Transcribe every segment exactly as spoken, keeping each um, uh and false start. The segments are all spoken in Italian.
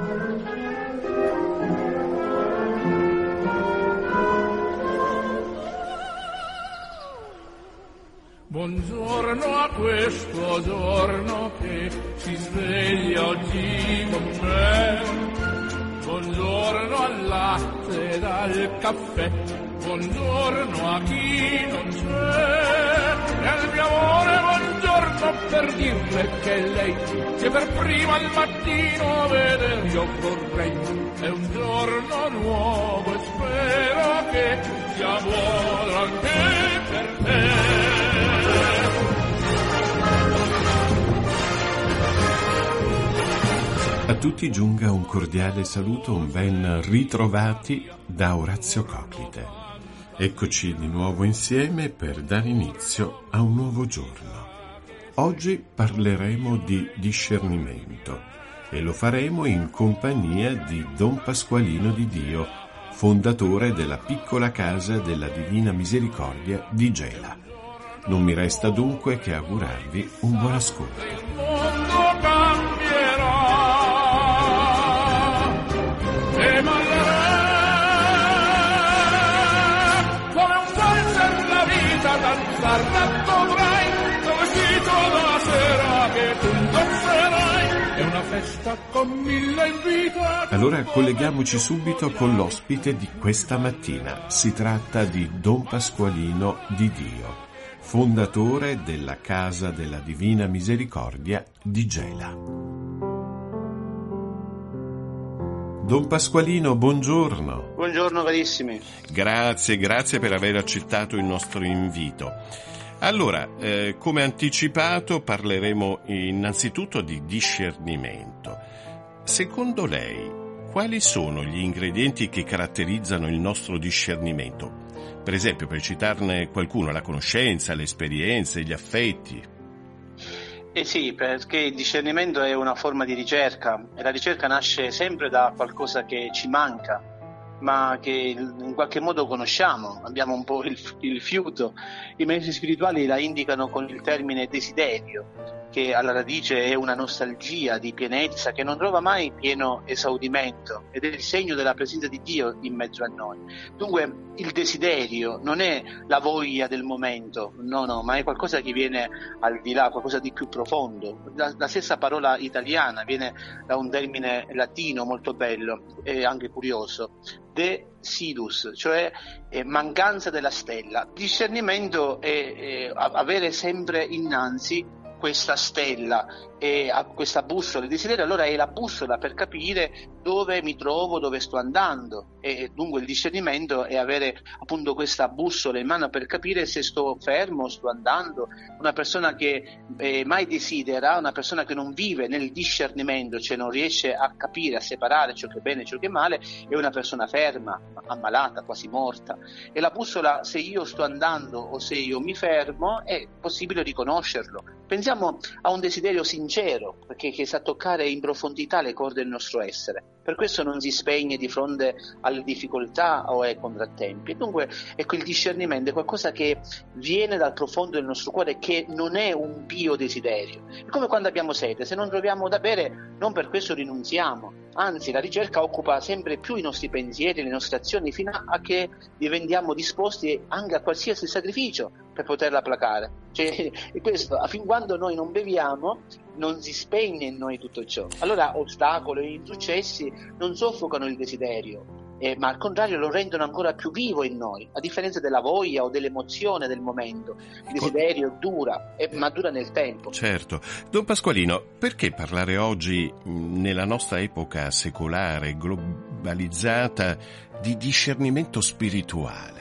Buongiorno a questo giorno che si sveglia oggi con me. Buongiorno al latte e al caffè. Buongiorno a chi non c'è. E al mio amore buongiorno per dirle che lei che per prima al mattino vedere io vorrei. È un giorno nuovo e spero che sia buono anche per te. A tutti giunga un cordiale saluto, un ben ritrovati da Orazio Coclite. Eccoci di nuovo insieme per dare inizio a un nuovo giorno. Oggi parleremo di discernimento e lo faremo in compagnia di Don Pasqualino di Dio, fondatore della piccola casa della Divina Misericordia di Gela. Non mi resta dunque che augurarvi un buon ascolto. Allora colleghiamoci subito con l'ospite di questa mattina. Si tratta di Don Pasqualino di Dio, fondatore della Casa della Divina Misericordia di Gela. Don Pasqualino, buongiorno. Buongiorno carissimi. Grazie, grazie per aver accettato il nostro invito. Allora, eh, come anticipato, parleremo innanzitutto di discernimento. Secondo lei, quali sono gli ingredienti che caratterizzano il nostro discernimento? Per esempio, per citarne qualcuno, la conoscenza, le esperienze, gli affetti. Eh sì, perché il discernimento è una forma di ricerca e la ricerca nasce sempre da qualcosa che ci manca, ma che in qualche modo conosciamo, abbiamo un po' il, il fiuto. I maestri spirituali la indicano con il termine desiderio, che alla radice è una nostalgia di pienezza che non trova mai pieno esaurimento ed è il segno della presenza di Dio in mezzo a noi. Dunque il desiderio non è la voglia del momento, no no, ma è qualcosa che viene al di là, qualcosa di più profondo. La, la stessa parola italiana viene da un termine latino molto bello e anche curioso, desidus, cioè eh, mancanza della stella. Discernimento è, è avere sempre innanzi questa stella e a questa bussola. Il desiderio allora è la bussola per capire dove mi trovo, dove sto andando, e dunque il discernimento è avere appunto questa bussola in mano per capire se sto fermo, sto andando. Una persona che eh, mai desidera, una persona che non vive nel discernimento, cioè non riesce a capire, a separare ciò che è bene e ciò che è male, è una persona ferma, ammalata, quasi morta. E la bussola, se io sto andando o se io mi fermo, è possibile riconoscerlo. Pensiamo a un desiderio sincero, perché che sa toccare in profondità le corde del nostro essere. Per questo non si spegne di fronte alle difficoltà o ai contrattempi. Dunque, ecco, il discernimento è qualcosa che viene dal profondo del nostro cuore, che non è un pio desiderio. È come quando abbiamo sete, se non troviamo da bere, non per questo rinunziamo. Anzi, la ricerca occupa sempre più i nostri pensieri, le nostre azioni, fino a che diventiamo disposti anche a qualsiasi sacrificio per poterla placare. Cioè, questo, fin quando noi non beviamo, non si spegne in noi tutto ciò. Allora ostacoli e insuccessi non soffocano il desiderio, eh, ma al contrario lo rendono ancora più vivo in noi, a differenza della voglia o dell'emozione del momento. Il desiderio dura, eh, ma dura nel tempo. Certo. Don Pasqualino, perché parlare oggi, nella nostra epoca secolare, globalizzata, di discernimento spirituale?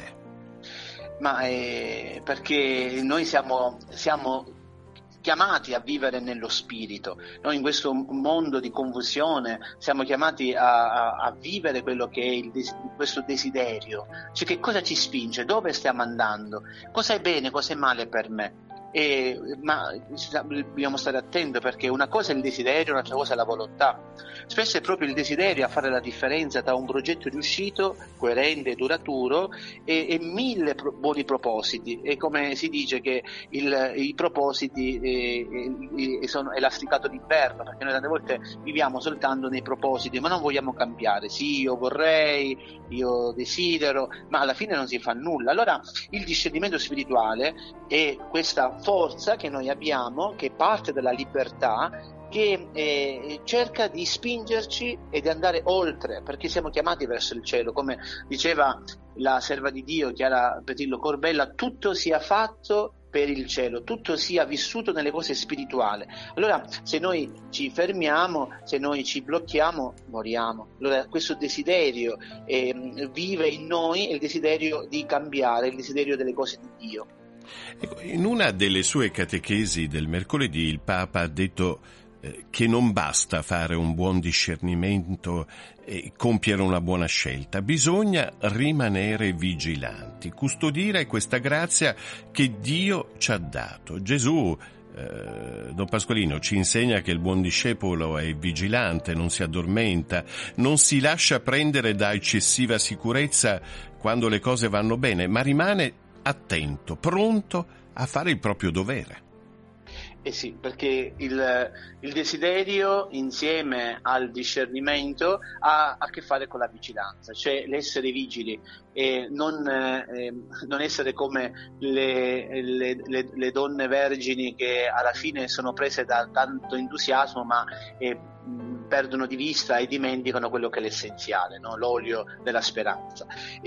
Ma eh, perché noi siamo, siamo chiamati a vivere nello spirito. Noi in questo mondo di confusione siamo chiamati a, a, a vivere quello che è il des- questo desiderio. Cioè, che cosa ci spinge? Dove stiamo andando? Cosa è bene, cosa è male per me? E, ma dobbiamo stare attenti, perché una cosa è il desiderio, un'altra cosa è la volontà. Spesso è proprio il desiderio a fare la differenza tra un progetto riuscito, coerente, duraturo e, e mille pro- buoni propositi. E come si dice che il, i propositi eh, eh, sono, è l'astricato d'inverno, perché noi tante volte viviamo soltanto nei propositi, ma non vogliamo cambiare. Sì, io vorrei, io desidero, ma alla fine non si fa nulla. Allora il discernimento spirituale è questa forza che noi abbiamo, che parte dalla libertà, che eh, cerca di spingerci e di andare oltre, perché siamo chiamati verso il cielo. Come diceva la serva di Dio Chiara Petillo Corbella, tutto sia fatto per il cielo, tutto sia vissuto nelle cose spirituali. Allora se noi ci fermiamo, se noi ci blocchiamo, moriamo. Allora questo desiderio eh, vive in noi, il desiderio di cambiare, il desiderio delle cose di Dio. Ecco, in una delle sue catechesi del mercoledì il Papa ha detto eh, che non basta fare un buon discernimento e compiere una buona scelta, bisogna rimanere vigilanti, custodire questa grazia che Dio ci ha dato. Gesù, eh, Don Pasqualino, ci insegna che il buon discepolo è vigilante, non si addormenta, non si lascia prendere da eccessiva sicurezza quando le cose vanno bene, ma rimane attento, pronto a fare il proprio dovere. Eh sì, perché il, il desiderio insieme al discernimento ha a che fare con la vigilanza, cioè l'essere vigili e non, eh, non essere come le, le, le, le donne vergini che alla fine sono prese da tanto entusiasmo ma eh, perdono di vista e dimenticano quello che è l'essenziale, no? L'olio della speranza.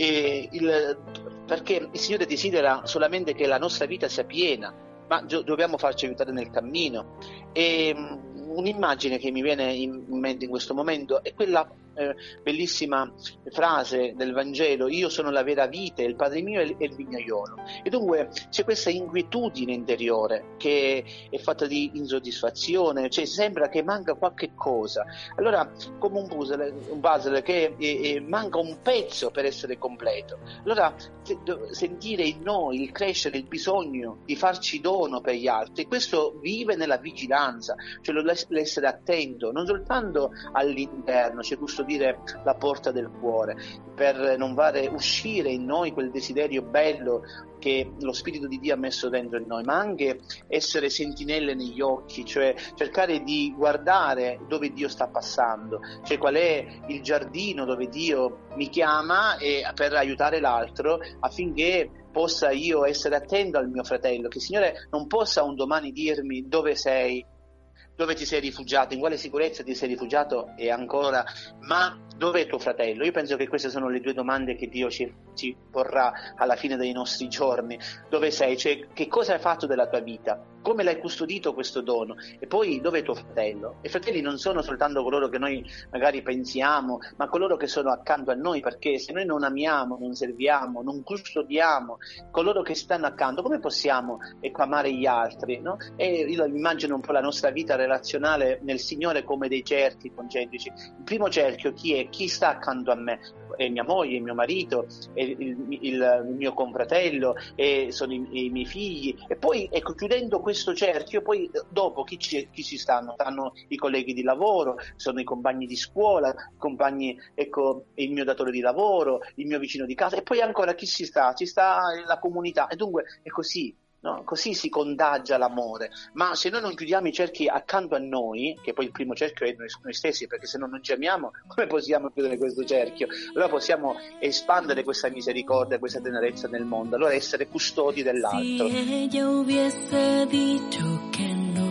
E il, perché il Signore desidera solamente che la nostra vita sia piena, ma dobbiamo farci aiutare nel cammino. E um, un'immagine che mi viene in mente in questo momento è quella eh, bellissima frase del Vangelo: io sono la vera vite, il Padre mio è il, è il vignaiolo. E dunque c'è questa inquietudine interiore che è fatta di insoddisfazione, cioè sembra che manca qualche cosa. Allora, come un puzzle, un puzzle che eh, eh, manca un pezzo per essere completo. Allora se, do, sentire in noi il crescere, il bisogno di farci dono per gli altri, questo vive nella vigilanza, cioè l'essere attento non soltanto all'interno, cioè custodire la porta del cuore per non fare uscire in noi quel desiderio bello che lo Spirito di Dio ha messo dentro di noi, ma anche essere sentinelle negli occhi, cioè cercare di guardare dove Dio sta passando, cioè qual è il giardino dove Dio mi chiama e per aiutare l'altro affinché possa io essere attento al mio fratello, che il Signore non possa un domani dirmi dove sei, dove ti sei rifugiato, in quale sicurezza ti sei rifugiato e ancora, ma dove è tuo fratello? Io penso che queste sono le due domande che Dio ci, ci porrà alla fine dei nostri giorni. Dove sei? Cioè, che cosa hai fatto della tua vita? Come l'hai custodito questo dono? E poi dove è tuo fratello? I fratelli non sono soltanto coloro che noi magari pensiamo, ma coloro che sono accanto a noi, perché se noi non amiamo, non serviamo, non custodiamo coloro che stanno accanto, come possiamo ecco, amare gli altri? No? E io immagino un po' la nostra vita relazionale nel Signore come dei cerchi concentrici. Il primo cerchio chi è? Chi sta accanto a me? È mia moglie, il mio marito, è il, il, il mio confratello, e sono i, i miei figli. E poi ecco, chiudendo questo cerchio, poi dopo chi ci, chi ci stanno? Stanno i colleghi di lavoro, sono i compagni di scuola, i compagni, ecco, il mio datore di lavoro, il mio vicino di casa, e poi ancora chi ci sta? Ci sta la comunità. E dunque è così. No? Così si contagia l'amore, ma se noi non chiudiamo i cerchi accanto a noi, che poi il primo cerchio è noi, noi stessi, perché se non non ci amiamo, come possiamo chiudere questo cerchio? Allora possiamo espandere questa misericordia, questa tenerezza nel mondo, allora essere custodi dell'altro. Si ella hubiese dicho que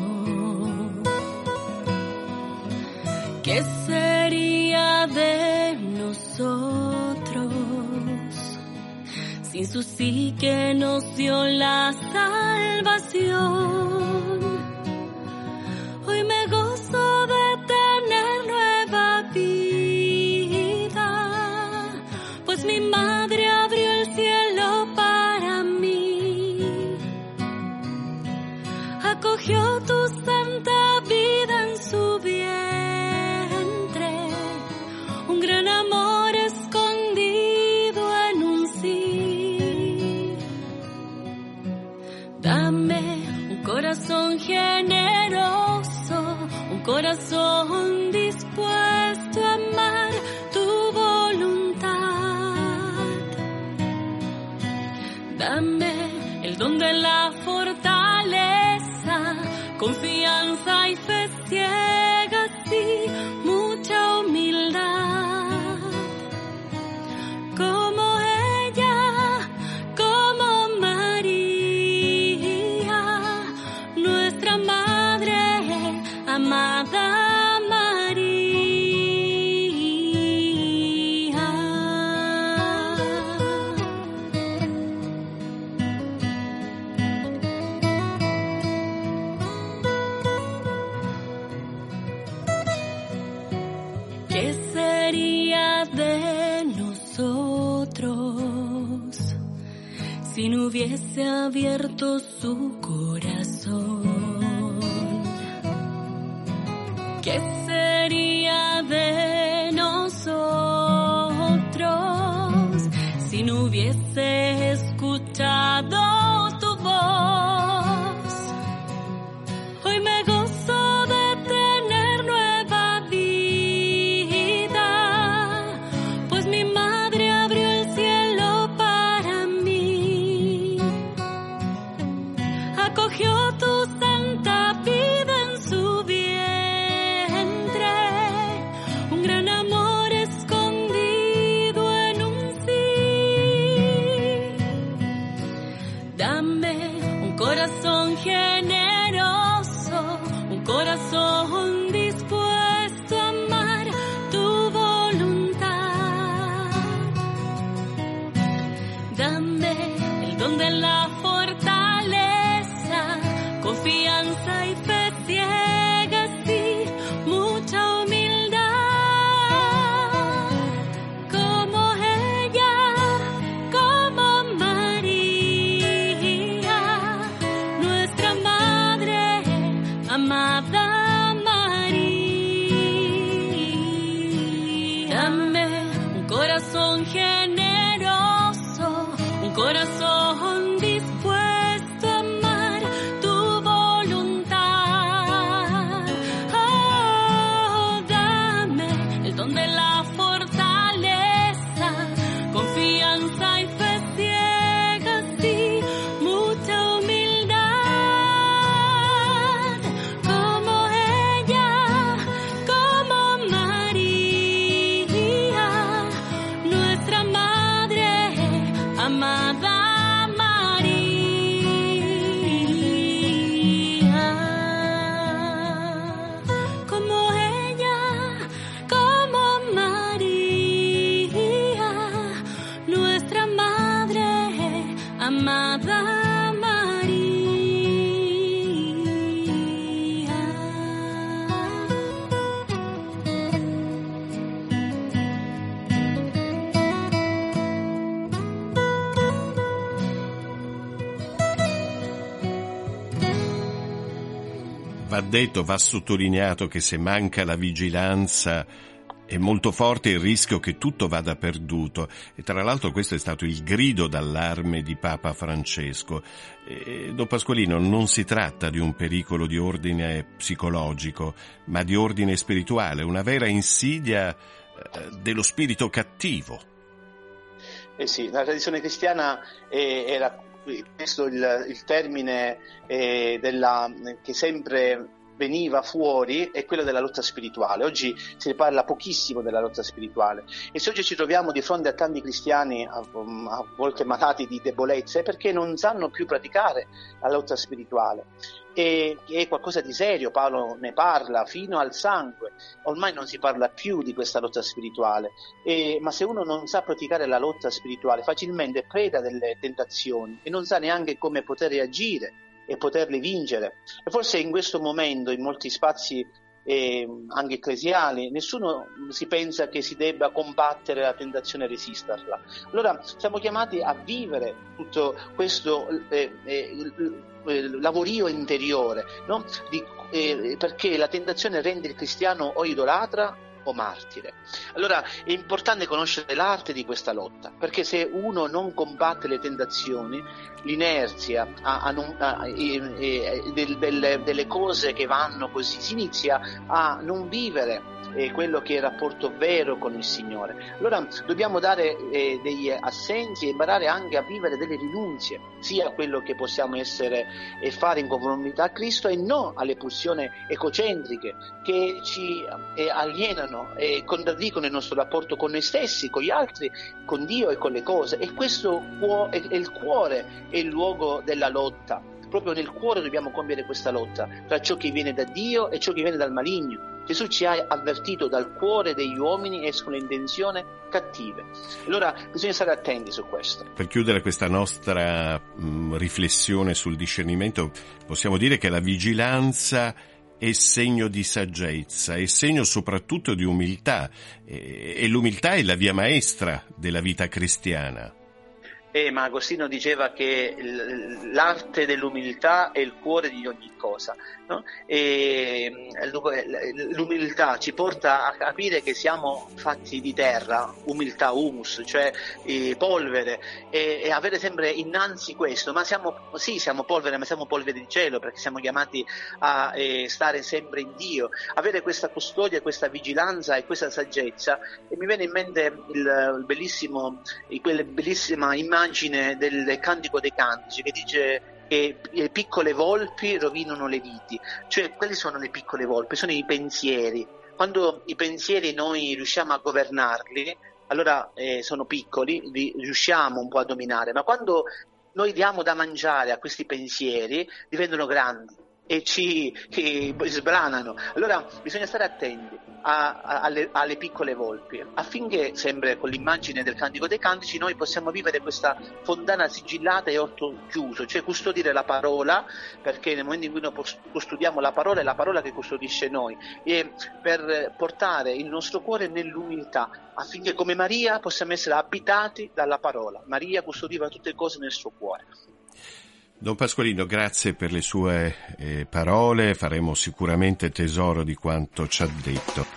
no, ¿qué sería de nosotros? Sin su sí que nos dio la salvación, hoy me gozo de tener nueva vida, pues mi madre abrió el cielo para mí, acogió tu santa vida en su vientre, un gran amor escondido en un sí. Dame ¿Qué sería de nosotros si no hubiese abierto su corazón? ¿Qué sería de nosotros si no hubiese escuchado tu voz? Hoy me gozo de tener nueva vida, pues mi madre abrió el cielo para mí. Acogió tu santa vida en su vientre, un gran amor escondido en un sí. Dame un corazón generoso, un corazón dispuesto a amar tu voluntad. Dame el don de la fortaleza, confianza y fe ciegas y mucha humildad. Como ella, como María, nuestra madre, amada María. Dame un corazón generoso, un corazón dispuesto a amar tu voluntad. Oh, dame el don de la fortaleza, confianza y fe ciegas y mucha humildad. Como ella, como María, nuestra madre, amada María. Como ella, como María, nuestra madre, amada María. Va detto, va sottolineato che se manca la vigilanza è molto forte il rischio che tutto vada perduto, e tra l'altro questo è stato il grido d'allarme di Papa Francesco. E, Don Pasqualino, non si tratta di un pericolo di ordine psicologico, ma di ordine spirituale, una vera insidia eh, dello spirito cattivo. Eh sì, la tradizione cristiana eh, era questo il, il termine eh, della, che sempre veniva fuori, è quello della lotta spirituale. Oggi si ne parla pochissimo della lotta spirituale, e se oggi ci troviamo di fronte a tanti cristiani a, a volte malati di debolezze è perché non sanno più praticare la lotta spirituale. E è qualcosa di serio, Paolo ne parla fino al sangue. Ormai non si parla più di questa lotta spirituale, e, ma se uno non sa praticare la lotta spirituale facilmente è preda delle tentazioni e non sa neanche come poter reagire e poterli vincere. E forse in questo momento in molti spazi eh, anche ecclesiali nessuno si pensa che si debba combattere la tentazione e resisterla. Allora siamo chiamati a vivere tutto questo eh, eh, lavorio interiore, no? Di, eh, perché la tentazione rende il cristiano o idolatra o martire. Allora è importante conoscere l'arte di questa lotta, perché se uno non combatte le tentazioni, l'inerzia a, a non, a, a, a, del, delle, delle cose che vanno così, si inizia a non vivere eh, quello che è il rapporto vero con il Signore. Allora dobbiamo dare eh, degli assensi e imparare anche a vivere delle rinunzie, sia a quello che possiamo essere e fare in conformità a Cristo, e no alle pulsioni ecocentriche che ci eh, alienano e contraddicono il nostro rapporto con noi stessi, con gli altri, con Dio e con le cose. E questo è il cuore, è il luogo della lotta. Proprio nel cuore dobbiamo compiere questa lotta tra ciò che viene da Dio e ciò che viene dal maligno. Gesù ci ha avvertito: dal cuore degli uomini escono intenzioni cattive. Allora bisogna stare attenti su questo. Per chiudere questa nostra mh, riflessione sul discernimento, possiamo dire che la vigilanza è segno di saggezza, è segno soprattutto di umiltà, e, e l'umiltà è la via maestra della vita cristiana. Eh, ma Agostino diceva che l'arte dell'umiltà è il cuore di ogni cosa, no? E l'umiltà ci porta a capire che siamo fatti di terra, umiltà, humus, cioè eh, polvere, e, e avere sempre innanzi questo, ma siamo, sì, siamo polvere, ma siamo polvere di cielo, perché siamo chiamati a eh, stare sempre in Dio, avere questa custodia, questa vigilanza e questa saggezza. E mi viene in mente il, il bellissimo, quella bellissima immagine del Cantico dei Cantici che dice che le piccole volpi rovinano le viti, cioè quelle sono le piccole volpi, sono i pensieri. Quando i pensieri noi riusciamo a governarli, allora eh, sono piccoli, li riusciamo un po' a dominare, ma quando noi diamo da mangiare a questi pensieri diventano grandi e ci che sbranano. Allora bisogna stare attenti a, a, alle, alle piccole volpi, affinché, sempre con l'immagine del Cantico dei Cantici, noi possiamo vivere questa fondana sigillata e orto chiuso, cioè custodire la parola, perché nel momento in cui noi custodiamo la parola è la parola che custodisce noi, e per portare il nostro cuore nell'umiltà, affinché come Maria possiamo essere abitati dalla parola. Maria custodiva tutte le cose nel suo cuore. Don Pasqualino, grazie per le sue eh, parole, faremo sicuramente tesoro di quanto ci ha detto.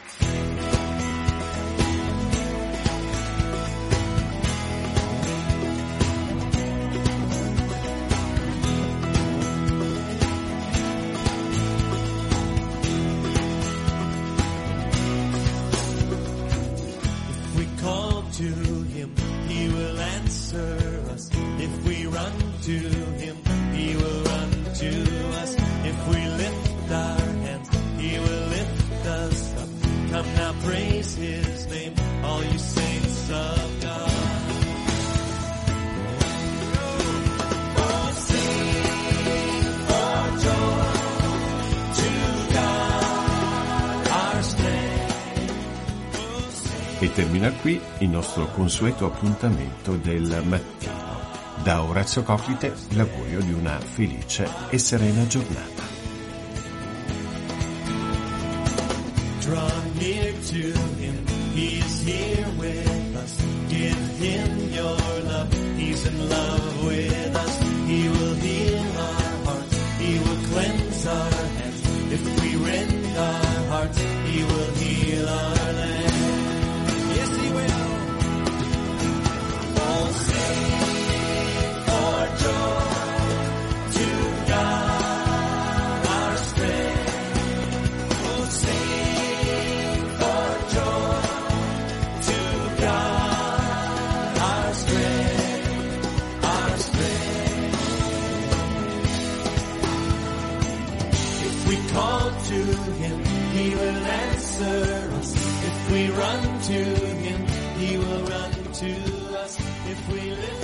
E termina qui il nostro consueto appuntamento del mattino. Da Orazio Coclite l'augurio di una felice e serena giornata. Draw near to him, he's here with us. Give him your love, he's in love with us. He will heal our hearts, he will cleanse our hands. If we rend our hearts, he will heal our land. Yes, he will. Oh, sing for joy to God, our strength. Oh, sing for joy to God, our strength, our strength. If we call to him, he will answer us. If we run to him, he will run to us. If we live